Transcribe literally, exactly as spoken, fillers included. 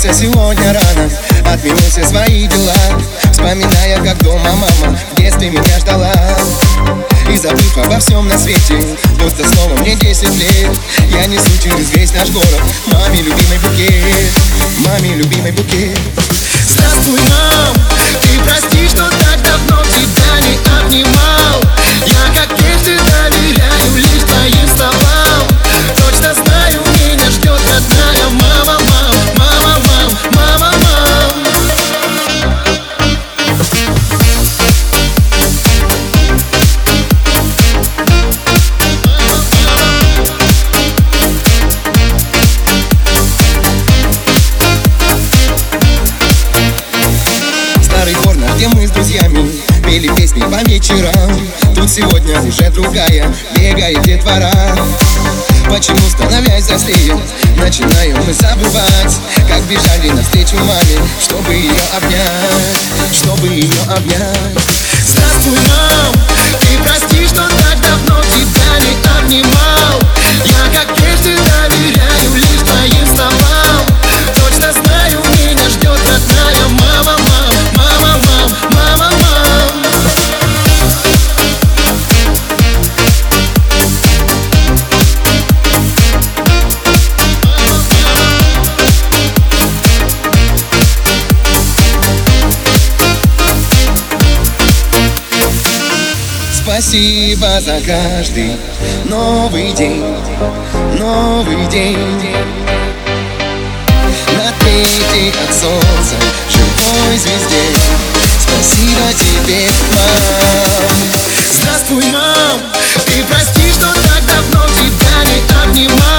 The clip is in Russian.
Проснулся сегодня рано, отменил все свои дела, вспоминая, как дома мама в детстве меня ждала. И забыв обо всем на свете, будто снова мне десять лет, я несу через весь наш город маме любимый букет, маме любимый букет. Здравствуй, мам, ты прости, что так давно тебя не обнимал. Я, как прежде, доверяю лишь твоим словам. Точно знаю, меня ждет родная мама, мам, мама, мам, мама, мам. Старый корнер, где мы с друзьями пели песни по вечерам. Тут сегодня уже другая, бегает детвора. Почему, становясь взрослее, начинаем мы забывать, как бежали навстречу маме, чтобы ее обнять, чтобы ее обнять. Здравствуй, мам, ты прости, что так давно тебя не обнимал. Я, как прежде, доверяю лишь твоим словам. Точно знаю, меня ждет родная мама, мам, мама, мам, мама, мам. Спасибо за каждый новый день, новый день. На третьей от солнца живой звезде. Спасибо тебе, мам. Здравствуй, мам, ты прости, что так давно тебя не обнимал.